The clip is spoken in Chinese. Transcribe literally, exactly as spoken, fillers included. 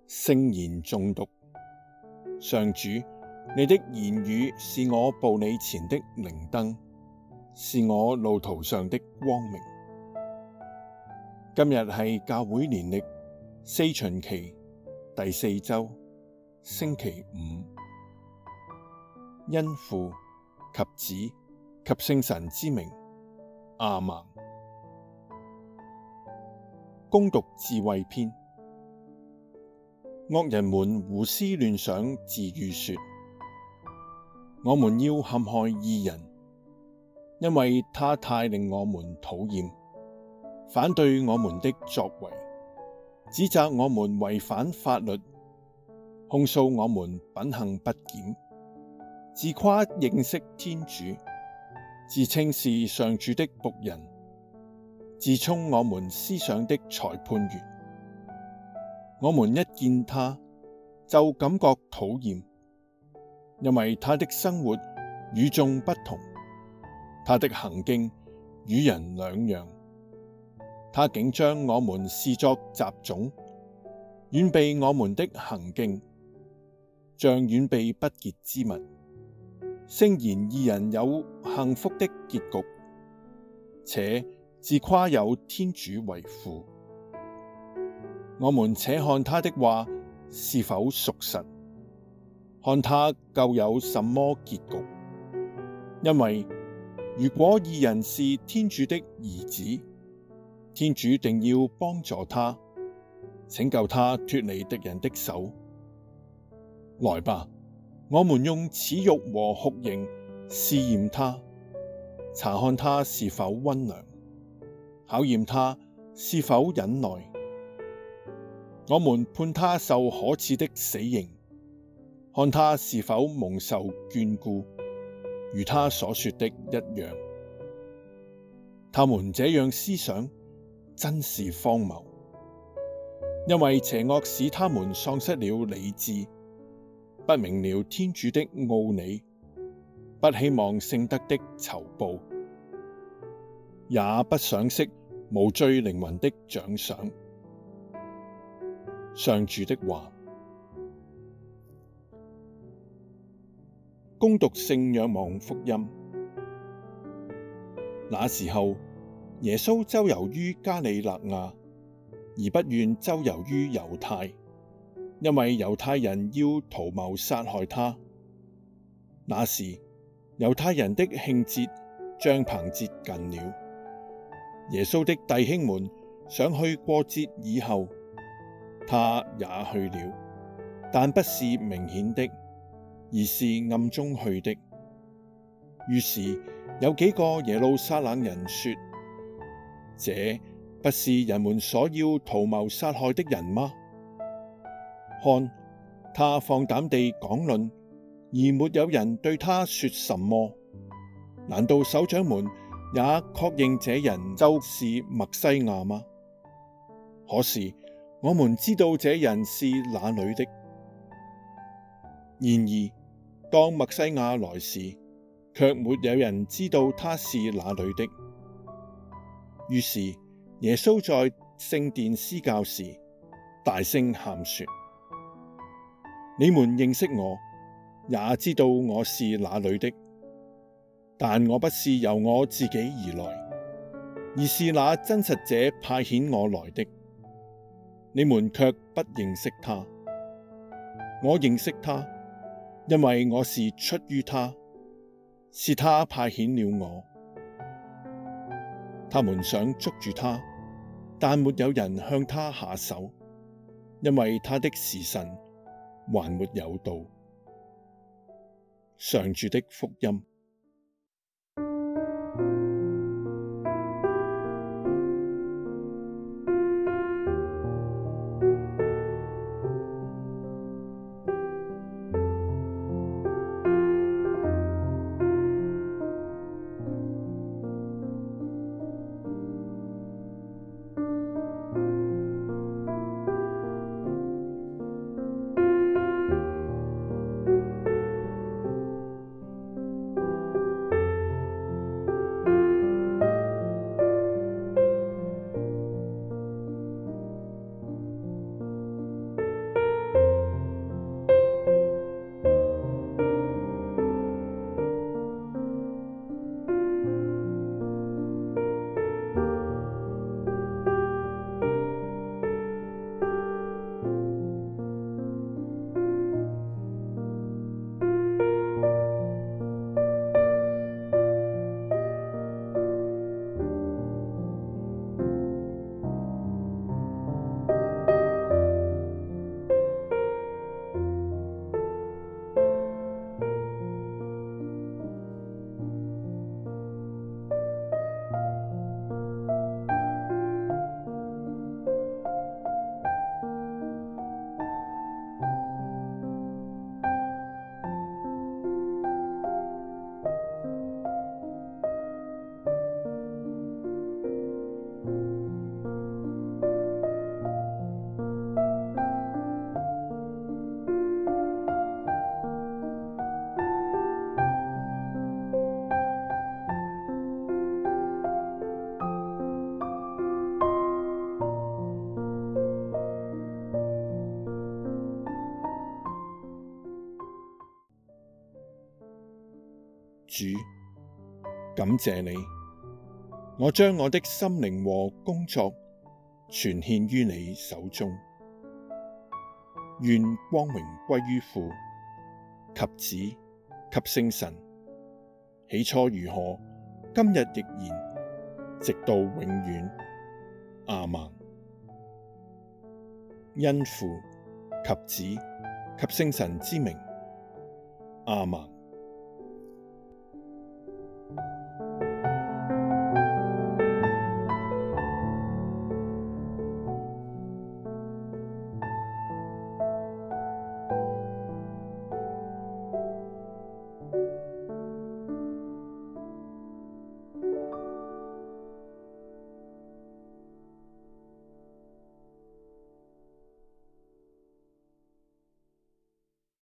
聖言誦讀。上主，你的言語是我步你前的靈燈，是我路途上的光明。今日係教會年曆四旬期第四周，星期五。因父及子及聖神之名，阿們。恭讀智慧篇。惡人們胡思亂想，自喻說：我們要陷害義人，因為他太令我們討厭，反對我們的作為，指責我們違反法律，控訴我們品行不檢，自誇認識天主，自稱是上主的僕人，自充我們思想的裁判員。我們一見他，就感覺討厭，因為他的生活與眾不同，他的行徑與人兩樣。他竟將我們視作雜種，遠避我們的行徑，像遠避不潔之物。聲言義人有幸福的結局，且自誇有天主為父。我們且看他的話是否屬實，看他究有什麼結局。因為如果義人是天主的兒子，天主定要幫助他，拯救他脫離敵人的手。來吧，我們用恥辱和酷刑試驗他，查看他是否溫良，考驗他是否忍耐。我們判他受可恥的死刑，看他是否蒙受眷顧，如他所說的一樣。他們這樣思想，真是荒謬，因為邪惡使他們喪失了理智，不明了天主的奧理，不希望聖德的酬報，也不賞識無罪靈魂的獎賞。上主的話。恭讀聖若望福音。那時候，耶穌周遊於加里肋亞，而不願周遊於猶太，因為猶太人要圖謀殺害他。那時，猶太人的慶節帳棚節近了，耶穌的弟兄們想去過節以後，他也去了，但不是明顯的，而是暗中去的。於是有幾個耶路撒冷人說：這不是人們所要圖謀殺害的人嗎？看，他放膽地講論，而沒有人對他說什麼。難道首長們也確認這人就是默西亞嗎？可是我們知道這人是哪裏的。然而，當默西亞來時，卻沒有人知道他是哪裏的。於是耶穌在聖殿施教時，大聲喊說：你們認識我，也知道我是哪裏的，但我不是由我自己而來，而是那真實者派遣我來的。你們卻不認識他。我認識他，因為我是出於他，是他派遣了我。他們想捉住他，但沒有人向他下手，因為他的時辰還沒有到。上主的福音。 主，感謝你，我將我的心靈和工作全獻於你手中。願光榮歸於父及子及聖神，起初如何，今日亦然，直到永遠。阿們。因父及子及聖神之名。阿們。